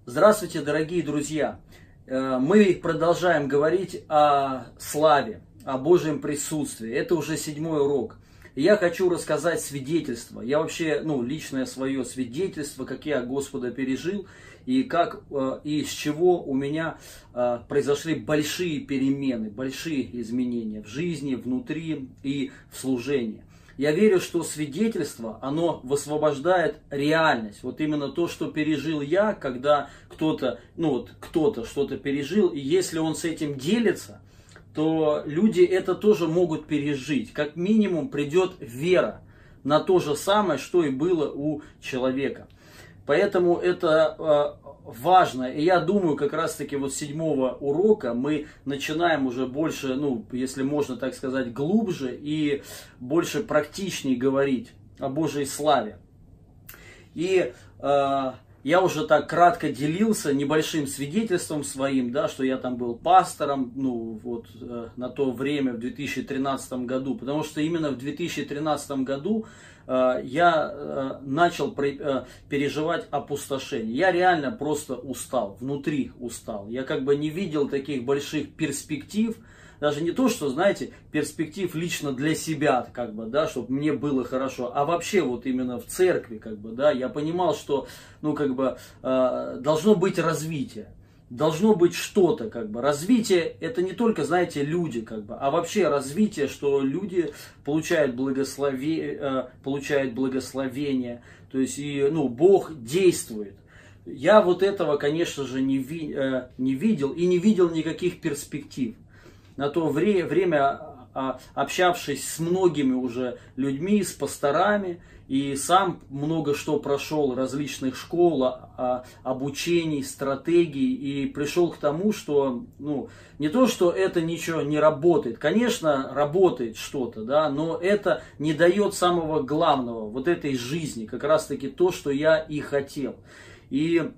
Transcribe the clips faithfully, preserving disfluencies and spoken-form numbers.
Здравствуйте, дорогие друзья! Мы продолжаем говорить о славе, о Божьем присутствии. Это уже седьмой урок. И я хочу рассказать свидетельство. Я вообще, ну, личное свое свидетельство, как я Господа пережил, и как, и с чего у меня произошли большие перемены, большие изменения в жизни, внутри и в служении. Я верю, что свидетельство, оно высвобождает реальность. Вот именно то, что пережил я, когда кто-то, ну вот кто-то что-то пережил, и если он с этим делится, то люди это тоже могут пережить. Как минимум придет вера на то же самое, что и было у человека. Поэтому это важно. И я думаю, как раз таки вот с седьмого урока мы начинаем уже больше, ну, если можно так сказать, глубже и больше практичнее говорить о Божьей славе. И э, я уже так кратко делился небольшим свидетельством своим, да, что я там был пастором, ну, вот э, на то время, в две тысячи тринадцатом году, потому что именно в две тысячи тринадцатом году я начал переживать опустошение. Я реально просто устал, внутри устал. Я как бы не видел таких больших перспектив, даже не то, что, знаете, перспектив лично для себя, как бы, да, чтобы мне было хорошо, а вообще вот именно в церкви, как бы, да, я понимал, что, ну, как бы, должно быть развитие. Должно быть что-то, как бы, развитие, это не только, знаете, люди, как бы, а вообще развитие, что люди получают благословение, получают благословение, то есть, и, ну, Бог действует. Я вот этого, конечно же, не, ви, не видел и не видел никаких перспектив. На то время, время общавшись с многими уже людьми, с пасторами, и сам много что прошел, различных школ, обучений, стратегий, и пришел к тому, что, ну, не то, что это ничего не работает, конечно, работает что-то, да, но это не дает самого главного, вот этой жизни, как раз таки то, что я и хотел. И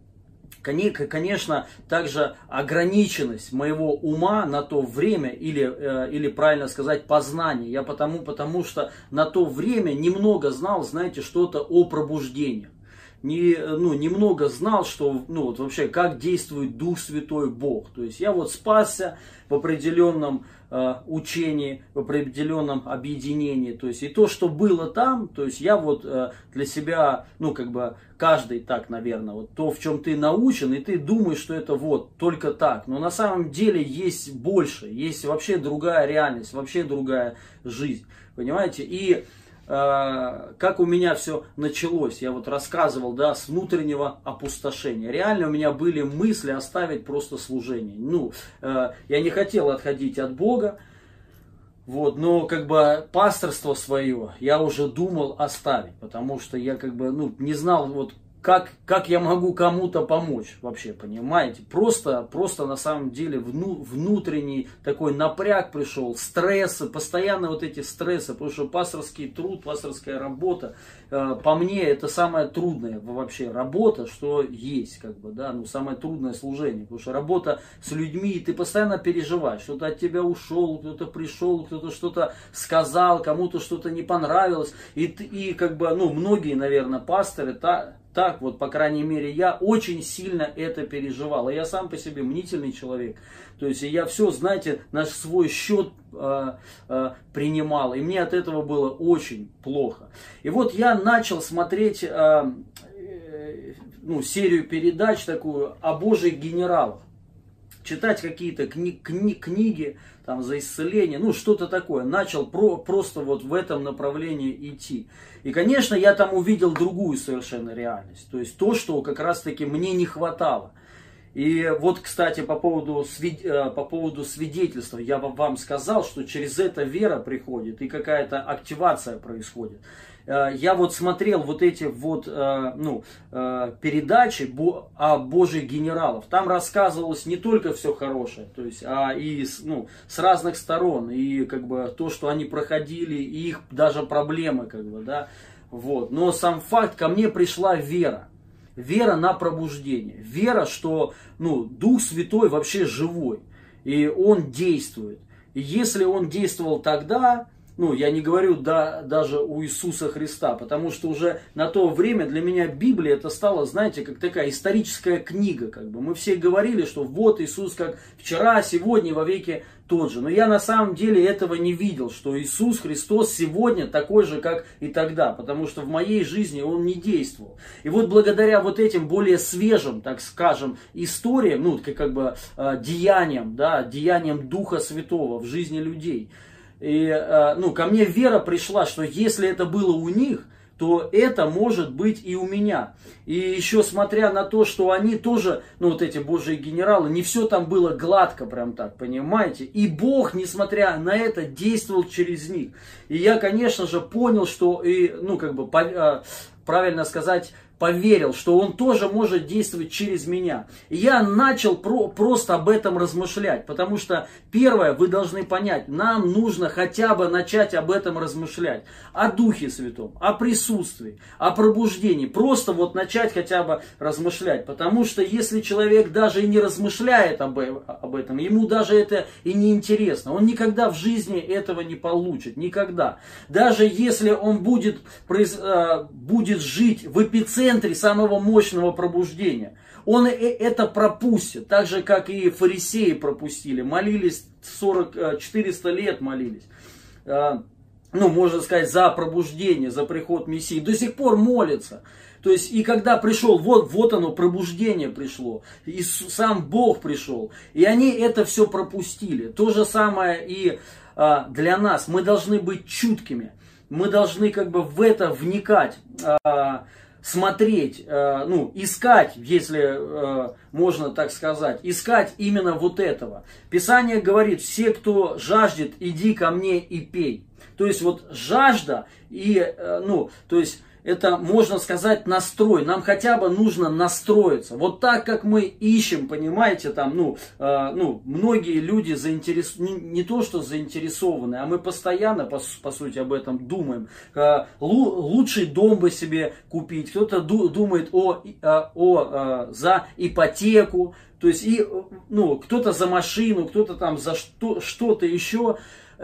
конечно, также ограниченность моего ума на то время, или, или правильно сказать, познание. Я потому, потому что на то время немного знал, знаете, что-то о пробуждении. Не, ну, немного знал, что, ну, вот вообще, как действует Дух Святой, Бог. То есть я вот спасся в определенном э, учении, в определенном объединении. То есть и то, что было там, то есть я вот э, для себя, ну, как бы, каждый так, наверное, вот то, в чем ты научен, и ты думаешь, что это вот только так. Но на самом деле есть больше, есть вообще другая реальность, вообще другая жизнь. Понимаете? И как у меня все началось, я вот рассказывал, да, с внутреннего опустошения. Реально у меня были мысли оставить просто служение. Ну, я не хотел отходить от Бога, вот, но как бы пасторство свое я уже думал оставить, потому что я как бы, ну, не знал, вот, Как, как я могу кому-то помочь вообще, понимаете? Просто, просто на самом деле вну, внутренний такой напряг пришел, стрессы, постоянно вот эти стрессы, потому что пасторский труд, пасторская работа, э, по мне, это самое трудное вообще работа, что есть, как бы, да, ну, самое трудное служение, потому что работа с людьми, ты постоянно переживаешь, кто-то от тебя ушел, кто-то пришел, кто-то что-то сказал, кому-то что-то не понравилось, и, и как бы, ну, многие, наверное, пасторы, та, Так вот, по крайней мере, я очень сильно это переживал. И я сам по себе мнительный человек. То есть я все, знаете, на свой счет э, э, принимал. И мне от этого было очень плохо. И вот я начал смотреть э, э, ну, серию передач такую о Божьих генералах. Читать какие-то кни- кни- книги там, за исцеление, ну что-то такое. Начал про- просто вот в этом направлении идти. И, конечно, я там увидел другую совершенно реальность. То есть то, что как раз-таки мне не хватало. И вот, кстати, по поводу, свид- по поводу свидетельства, я вам сказал, что через это вера приходит и какая-то активация происходит. Я вот смотрел вот эти вот, ну, передачи о Божьих генералах. Там рассказывалось не только все хорошее, то есть, а и, ну, с разных сторон. И как бы то, что они проходили, и их даже проблемы, как бы, да. Вот. Но сам факт, ко мне пришла вера. Вера на пробуждение. Вера, что, ну, Дух Святой вообще живой. И Он действует. И если Он действовал тогда, ну, я не говорю да, даже у Иисуса Христа, потому что уже на то время для меня Библия это стала, знаете, как такая историческая книга. Как бы. Мы все говорили, что вот Иисус как вчера, сегодня, во веки тот же. Но я на самом деле этого не видел, что Иисус Христос сегодня такой же, как и тогда, потому что в моей жизни Он не действовал. И вот благодаря вот этим более свежим, так скажем, историям, ну, как, как бы деяниям, да, деяниям Духа Святого в жизни людей, и, ну, ко мне вера пришла, что если это было у них, то это может быть и у меня. И еще смотря на то, что они тоже, ну вот эти Божьи генералы, не все там было гладко прям так, понимаете? И Бог, несмотря на это, действовал через них. И я, конечно же, понял, что, и, ну как бы, правильно сказать, поверил, что Он тоже может действовать через меня. И я начал про, просто об этом размышлять, потому что первое, вы должны понять, нам нужно хотя бы начать об этом размышлять. О Духе Святом, о присутствии, о пробуждении. Просто вот начать хотя бы размышлять, потому что если человек даже и не размышляет об, об этом, ему даже это и не интересно, он никогда в жизни этого не получит, никогда. Даже если он будет, будет жить в эпицентре, в центре самого мощного пробуждения. Он это пропустит, так же, как и фарисеи пропустили. Молились сорок, четыреста лет молились. Ну, можно сказать, за пробуждение, за приход Мессии. До сих пор молятся. То есть, и когда пришел, вот, вот оно, пробуждение пришло, и сам Бог пришел, и они это все пропустили. То же самое и для нас. Мы должны быть чуткими. Мы должны как бы в это вникать. Смотреть, ну, искать, если можно так сказать, искать именно вот этого. Писание говорит, все, кто жаждет, иди ко мне и пей. То есть вот жажда и, ну, то есть это, можно сказать, настрой. Нам хотя бы нужно настроиться. Вот так, как мы ищем, понимаете, там, ну, э, ну многие люди заинтерес... не, не то, что заинтересованы, а мы постоянно, по, по сути, об этом думаем. Э, лучший дом бы себе купить. Кто-то ду, думает о, о, о, э, за ипотеку. То есть, и, ну, кто-то за машину, кто-то там за что, что-то еще.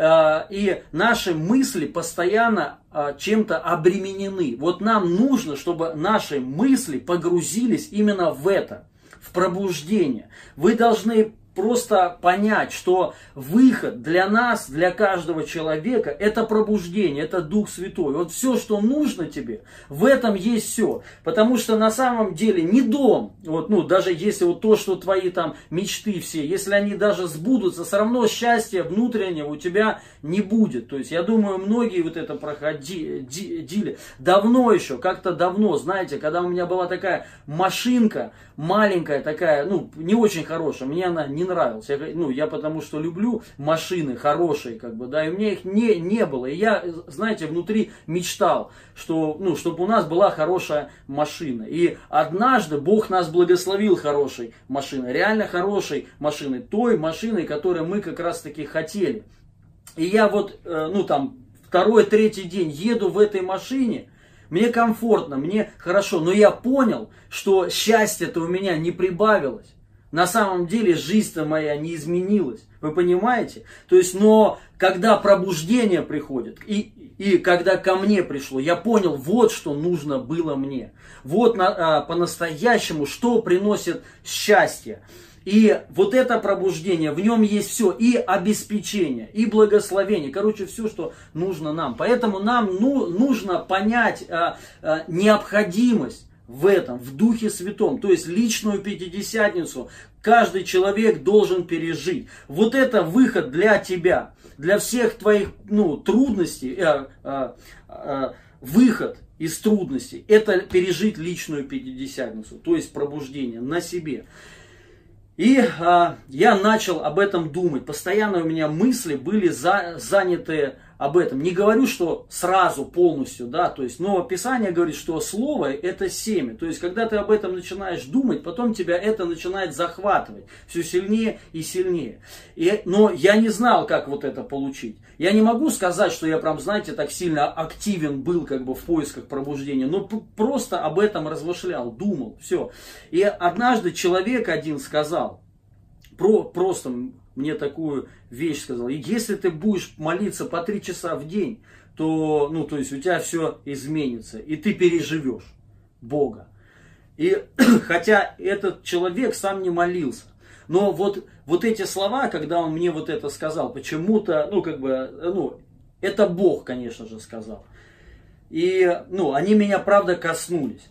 И наши мысли постоянно чем-то обременены. Вот нам нужно, чтобы наши мысли погрузились именно в это, в пробуждение. Вы должны просто понять, что выход для нас, для каждого человека, это пробуждение, это Дух Святой. Вот все, что нужно тебе, в этом есть все. Потому что на самом деле не дом, вот, ну, даже если вот то, что твои там мечты все, если они даже сбудутся, все равно счастья внутреннего у тебя не будет. То есть я думаю, многие вот это проходили давно еще, как-то давно, знаете, когда у меня была такая машинка, маленькая такая, ну, не очень хорошая, мне она не нравилась. Я, ну, я потому что люблю машины хорошие, как бы, да, и у меня их не, не было. И я, знаете, внутри мечтал, что, ну, чтобы у нас была хорошая машина. И однажды Бог нас благословил хорошей машиной, реально хорошей машиной, той машиной, которую мы как раз таки хотели. И я вот, ну, там, второй, третий день еду в этой машине, мне комфортно, мне хорошо, но я понял, что счастье-то у меня не прибавилось. На самом деле жизнь-то моя не изменилась. Вы понимаете? То есть, но когда пробуждение приходит, и, и когда ко мне пришло, я понял, вот что нужно было мне. Вот на, а, по-настоящему, что приносит счастье. И вот это пробуждение, в нем есть все, и обеспечение, и благословение, короче, все, что нужно нам. Поэтому нам ну, нужно понять а, а, необходимость в этом, в Духе Святом, то есть личную Пятидесятницу каждый человек должен пережить. Вот это выход для тебя, для всех твоих, ну, трудностей, а, а, а, выход из трудностей, это пережить личную Пятидесятницу, то есть пробуждение на себе. И а, я начал об этом думать. Постоянно у меня мысли были за, заняты об этом. Не говорю, что сразу полностью, да, то есть, но Писание говорит, что слово это семя. То есть, когда ты об этом начинаешь думать, потом тебя это начинает захватывать все сильнее и сильнее. И, но я не знал, как вот это получить. Я не могу сказать, что я прям, знаете, так сильно активен был как бы в поисках пробуждения, но просто об этом размышлял, думал, все. И однажды человек один сказал, про, просто мне такую вещь сказал. И если ты будешь молиться по три часа в день, то, ну, то есть у тебя все изменится, и ты переживешь Бога. И хотя этот человек сам не молился, но вот, вот эти слова, когда он мне вот это сказал, почему-то, ну, как бы, ну, это Бог, конечно же, сказал. И, ну, они меня, правда, коснулись.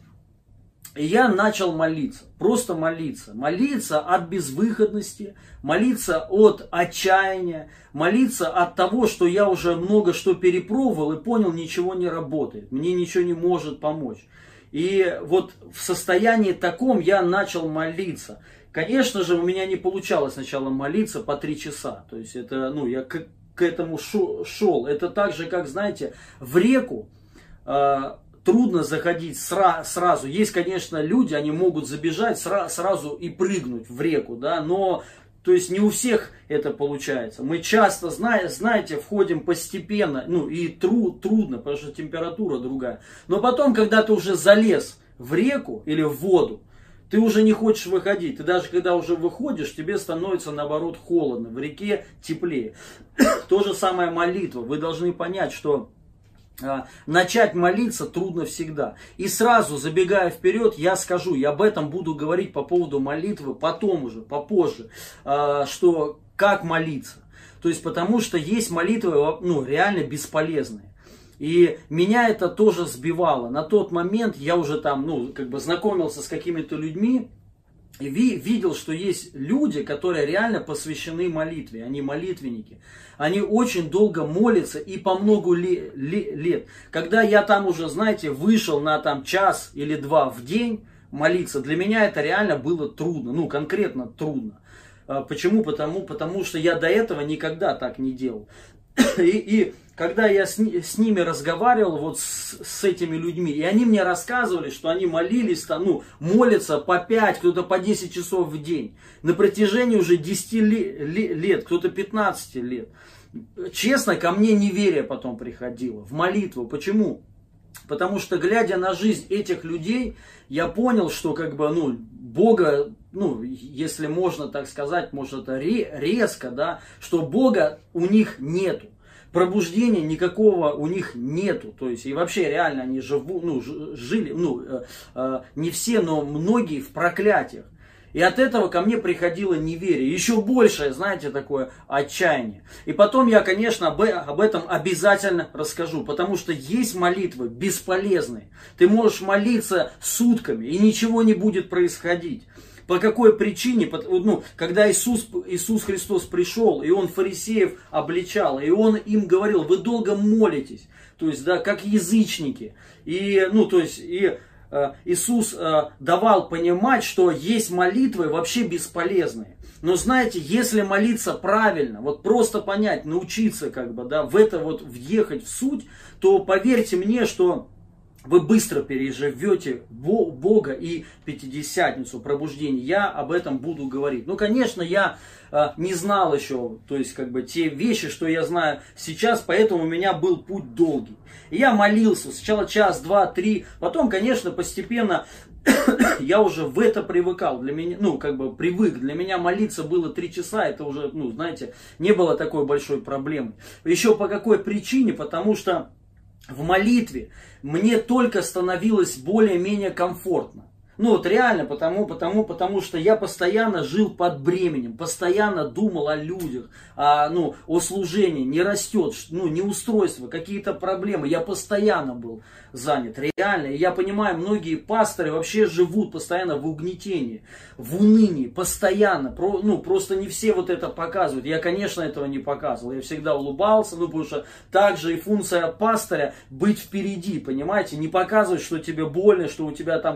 И я начал молиться, просто молиться. Молиться от безвыходности, молиться от отчаяния, молиться от того, что я уже много что перепробовал и понял, ничего не работает, мне ничего не может помочь. И вот в состоянии таком я начал молиться. Конечно же, у меня не получалось сначала молиться по три часа. То есть это, ну, я к, к этому шел. Это так же, как, знаете, в реку э, трудно заходить сра, сразу. Есть, конечно, люди, они могут забежать сра, сразу и прыгнуть в реку, да, но... То есть не у всех это получается. Мы часто, знаете, входим постепенно, ну и тру, трудно, потому что температура другая. Но потом, когда ты уже залез в реку или в воду, ты уже не хочешь выходить. Ты даже когда уже выходишь, тебе становится наоборот холодно, в реке теплее. То же самое молитва. Вы должны понять, что... начать молиться трудно всегда. И сразу, забегая вперед, я скажу, я об этом буду говорить по поводу молитвы потом уже, попозже, что как молиться. То есть, потому что есть молитвы, ну, реально бесполезные. И меня это тоже сбивало. На тот момент я уже там, ну, как бы знакомился с какими-то людьми, и видел, что есть люди, которые реально посвящены молитве, они молитвенники. Они очень долго молятся и по много лет. Когда я там уже, знаете, вышел на там час или два в день молиться, для меня это реально было трудно, ну конкретно трудно. Почему? Потому, потому что я до этого никогда так не делал. И, и когда я с, с ними разговаривал, вот с, с этими людьми, и они мне рассказывали, что они молились, там, ну, молятся по пять, кто-то по десять часов в день, на протяжении уже десяти лет, кто-то пятнадцати лет. Честно, ко мне неверие потом приходило в молитву. Почему? Потому что, глядя на жизнь этих людей, я понял, что как бы, ну, Бога, ну, если можно так сказать, может это резко, да, что Бога у них нету. Пробуждения никакого у них нету. То есть, и вообще реально они живут, ну, жили, ну, э, э, не все, но многие в проклятиях. И от этого ко мне приходило неверие. Еще большее, знаете, такое отчаяние. И потом я, конечно, об, об этом обязательно расскажу. Потому что есть молитвы бесполезные. Ты можешь молиться сутками, и ничего не будет происходить. По какой причине? Ну, когда Иисус, Иисус Христос пришел, и Он фарисеев обличал, и Он им говорил, вы долго молитесь. То есть, да, как язычники. И, ну, то есть, и... Иисус давал понимать, что есть молитвы вообще бесполезные. Но знаете, если молиться правильно, вот просто понять, научиться как бы, да, в это вот въехать в суть, то поверьте мне, что вы быстро переживете Бога и Пятидесятницу, пробуждение. Я об этом буду говорить. Ну, конечно, я э, не знал еще, то есть, как бы, те вещи, что я знаю сейчас, поэтому у меня был путь долгий. И я молился сначала час, два, три, потом, конечно, постепенно я уже в это привыкал. Для меня, ну, как бы, привык. Для меня молиться было три часа, это уже, ну, знаете, не было такой большой проблемы. Еще по какой причине? Потому что в молитве мне только становилось более-менее комфортно. Ну вот реально, потому, потому, потому что я постоянно жил под бременем, постоянно думал о людях, о, ну, о служении, не растет, ну, неустройство, какие-то проблемы. Я постоянно был занят, реально. И я понимаю, многие пасторы вообще живут постоянно в угнетении, в унынии, постоянно. Про, ну, просто не все вот это показывают. Я, конечно, этого не показывал. Я всегда улыбался, ну, потому что также и функция пастыря быть впереди, понимаете, не показывать, что тебе больно, что у тебя там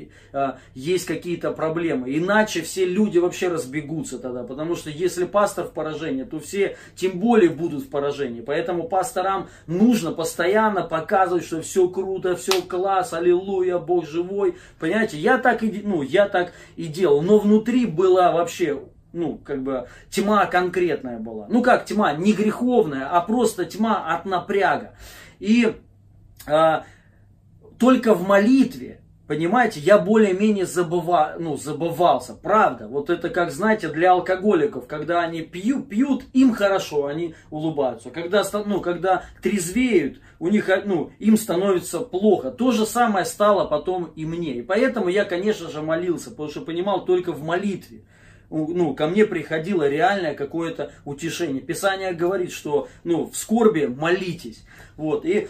есть какие-то проблемы. Иначе все люди вообще разбегутся тогда. Потому что если пастор в поражении, то все тем более будут в поражении. Поэтому пасторам нужно постоянно показывать, что все круто, все класс, аллилуйя, Бог живой. Понимаете, я так и, ну, я так и делал. Но внутри была вообще, ну, как бы, тьма конкретная была. Ну, как тьма, не греховная, а просто тьма от напряга. И а, только в молитве, Понимаете, я более-менее забыва, ну, забывался, правда. Вот это, как, знаете, для алкоголиков, когда они пьют, пьют, им хорошо, они улыбаются. Когда, ну, когда трезвеют, у них, ну, им становится плохо. То же самое стало потом и мне. И поэтому я, конечно же, молился, потому что понимал, только в молитве, ну, ко мне приходило реальное какое-то утешение. Писание говорит, что, ну, в скорби молитесь. Вот, и...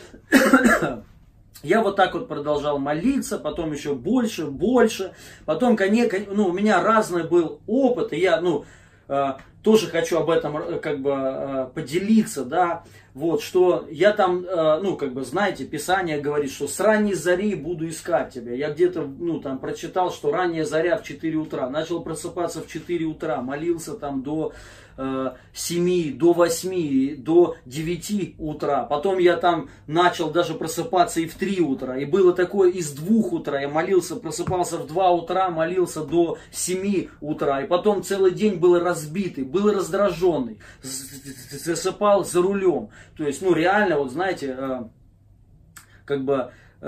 Я вот так вот продолжал молиться, потом еще больше, больше. Потом, ну, у меня разный был опыт, и я, ну, э, тоже хочу об этом, как бы, э, поделиться, да. Вот, что я там, э, ну, как бы, знаете, Писание говорит, что с ранней зари буду искать тебя. Я где-то, ну, там, прочитал, что ранняя заря в четыре утра. Начал просыпаться в четыре утра, молился там до семи, до восьми, до девяти утра. Потом я там начал даже просыпаться и в три утра. И было такое и с двух утра. Я молился, просыпался в два утра, молился до семи утра. И потом целый день был разбитый, был раздраженный. Засыпал за рулем. То есть, ну реально, вот знаете, как бы...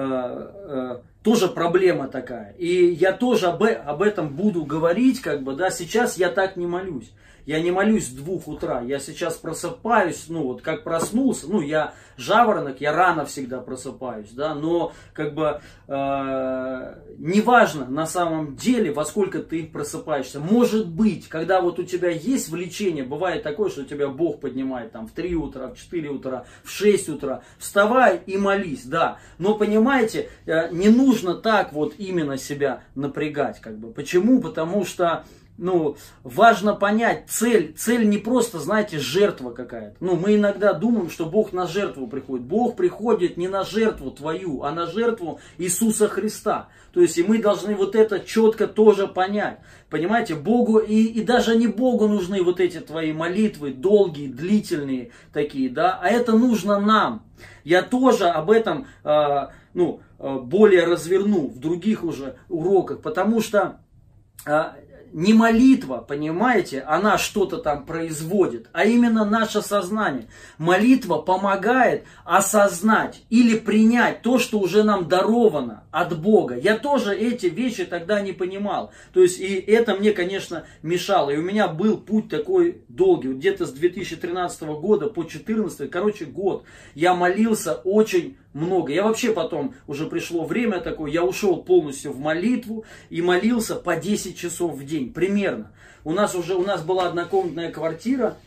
тоже проблема такая. И я тоже об, об этом буду говорить, как бы, да, сейчас я так не молюсь. Я не молюсь с двух утра, я сейчас просыпаюсь, ну вот как проснулся, ну я жаворонок, я рано всегда просыпаюсь, да, но как бы э, неважно на самом деле, во сколько ты просыпаешься. Может быть, когда вот у тебя есть влечение, бывает такое, что тебя Бог поднимает там в три утра, в четыре утра, в шесть утра, вставай и молись, да, но понимаете, э, не нужно так вот именно себя напрягать, как бы. Почему? Потому что ну, важно понять, цель, цель не просто, знаете, жертва какая-то. Ну, мы иногда думаем, что Бог на жертву приходит. Бог приходит не на жертву твою, а на жертву Иисуса Христа. То есть, и мы должны вот это четко тоже понять. Понимаете, Богу, и, и даже не Богу нужны вот эти твои молитвы, долгие, длительные такие, да, а это нужно нам. Я тоже об этом, э, ну, более разверну в других уже уроках, потому что... Э, Не молитва, понимаете, она что-то там производит, а именно наше сознание. Молитва помогает осознать или принять то, что уже нам даровано от Бога. Я тоже эти вещи тогда не понимал. То есть, и это мне, конечно, мешало. И у меня был путь такой долгий. Где-то с две тысячи тринадцатого года по две тысячи четырнадцатый, короче, год. Я молился очень много. Я вообще потом, уже пришло время такое, я ушел полностью в молитву и молился по десять часов в день, примерно. У нас уже, у нас была однокомнатная квартира,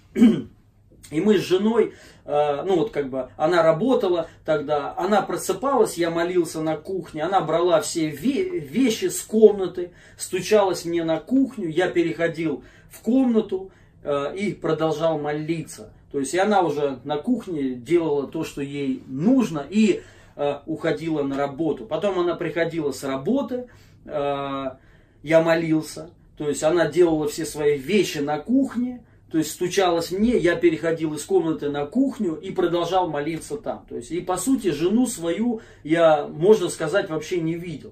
и мы с женой, э, ну вот как бы, она работала тогда, она просыпалась, я молился на кухне, она брала все ве- вещи с комнаты, стучалась мне на кухню, я переходил в комнату э, и продолжал молиться. То есть и она уже на кухне делала то, что ей нужно, и э, уходила на работу. Потом она приходила с работы, э, я молился. То есть она делала все свои вещи на кухне, то есть стучалась мне, я переходил из комнаты на кухню и продолжал молиться там. То есть и по сути жену свою я, можно сказать, вообще не видел.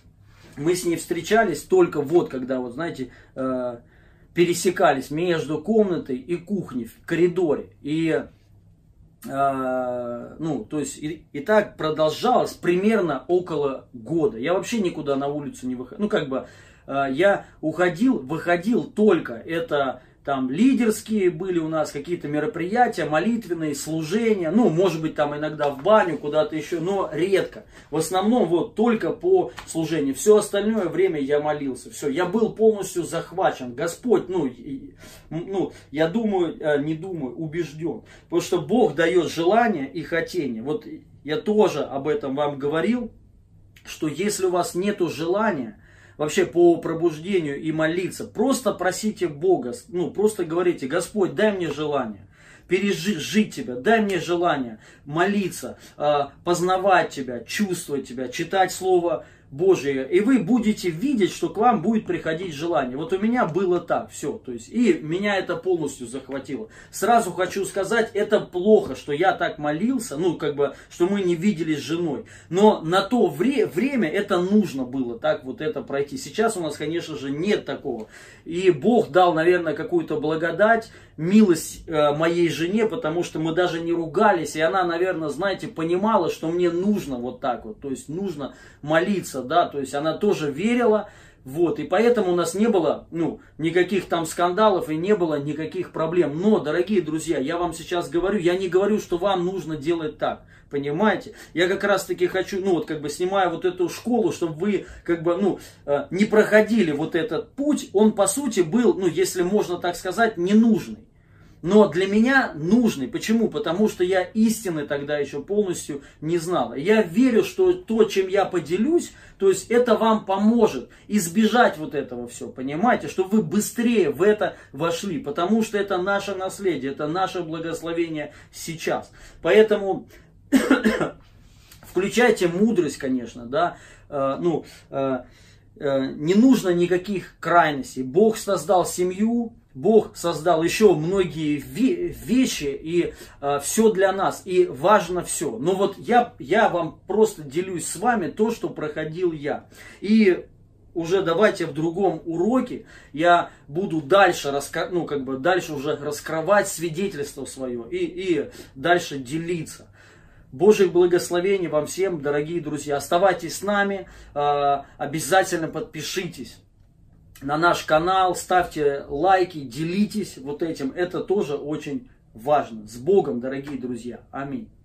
Мы с ней встречались только вот, когда вот, знаете... Э, пересекались между комнатой и кухней в коридоре. И, э, ну, то есть, и, и так продолжалось примерно около года. Я вообще никуда на улицу не выходил. Ну, как бы, э, я уходил, выходил только, это там лидерские были у нас какие-то мероприятия, молитвенные, служения. Ну, может быть, там иногда в баню, куда-то еще, но редко. В основном вот только по служению. Все остальное время я молился. Все, я был полностью захвачен. Господь, ну, и, ну, я думаю, не думаю, убежден. Потому что Бог дает желание и хотение. Вот я тоже об этом вам говорил, что если у вас нету желания, вообще по пробуждению и молиться, просто просите Бога, ну просто говорите: Господь, дай мне желание пережить Тебя, дай мне желание молиться, познавать Тебя, чувствовать Тебя, читать Слово Божие, и вы будете видеть, что к вам будет приходить желание. Вот у меня было так, все, то есть, и меня это полностью захватило. Сразу хочу сказать, это плохо, что я так молился, ну, как бы, что мы не виделись с женой, но на то вре- время это нужно было, так вот это пройти. Сейчас у нас, конечно же, нет такого. И Бог дал, наверное, какую-то благодать, милость э, моей жене, потому что мы даже не ругались, и она, наверное, знаете, понимала, что мне нужно вот так вот, то есть нужно молиться, Лиза, да, то есть она тоже верила, вот, и поэтому у нас не было, ну, никаких там скандалов и не было никаких проблем. Но, дорогие друзья, я вам сейчас говорю, я не говорю, что вам нужно делать так, понимаете? Я как раз таки хочу, ну, вот, как бы, снимая вот эту школу, чтобы вы, как бы, ну, не проходили вот этот путь, он, по сути, был, ну, если можно так сказать, ненужный. Но для меня нужный. Почему? Потому что я истины тогда еще полностью не знал. Я верю, что то, чем я поделюсь, то есть это вам поможет избежать вот этого все, понимаете? Чтобы вы быстрее в это вошли, потому что это наше наследие, это наше благословение сейчас. Поэтому включайте мудрость, конечно, да, э, ну, э, э, не нужно никаких крайностей. Бог создал семью, Бог создал еще многие вещи, и э, все для нас, и важно все. Но вот я, я вам просто делюсь с вами то, что проходил я. И уже давайте в другом уроке я буду дальше, раска... ну, как бы дальше уже раскрывать свидетельство свое и, и дальше делиться. Божьих благословений вам всем, дорогие друзья. Оставайтесь с нами, э, обязательно подпишитесь на наш канал, ставьте лайки, делитесь вот этим. Это тоже очень важно. С Богом, дорогие друзья. Аминь.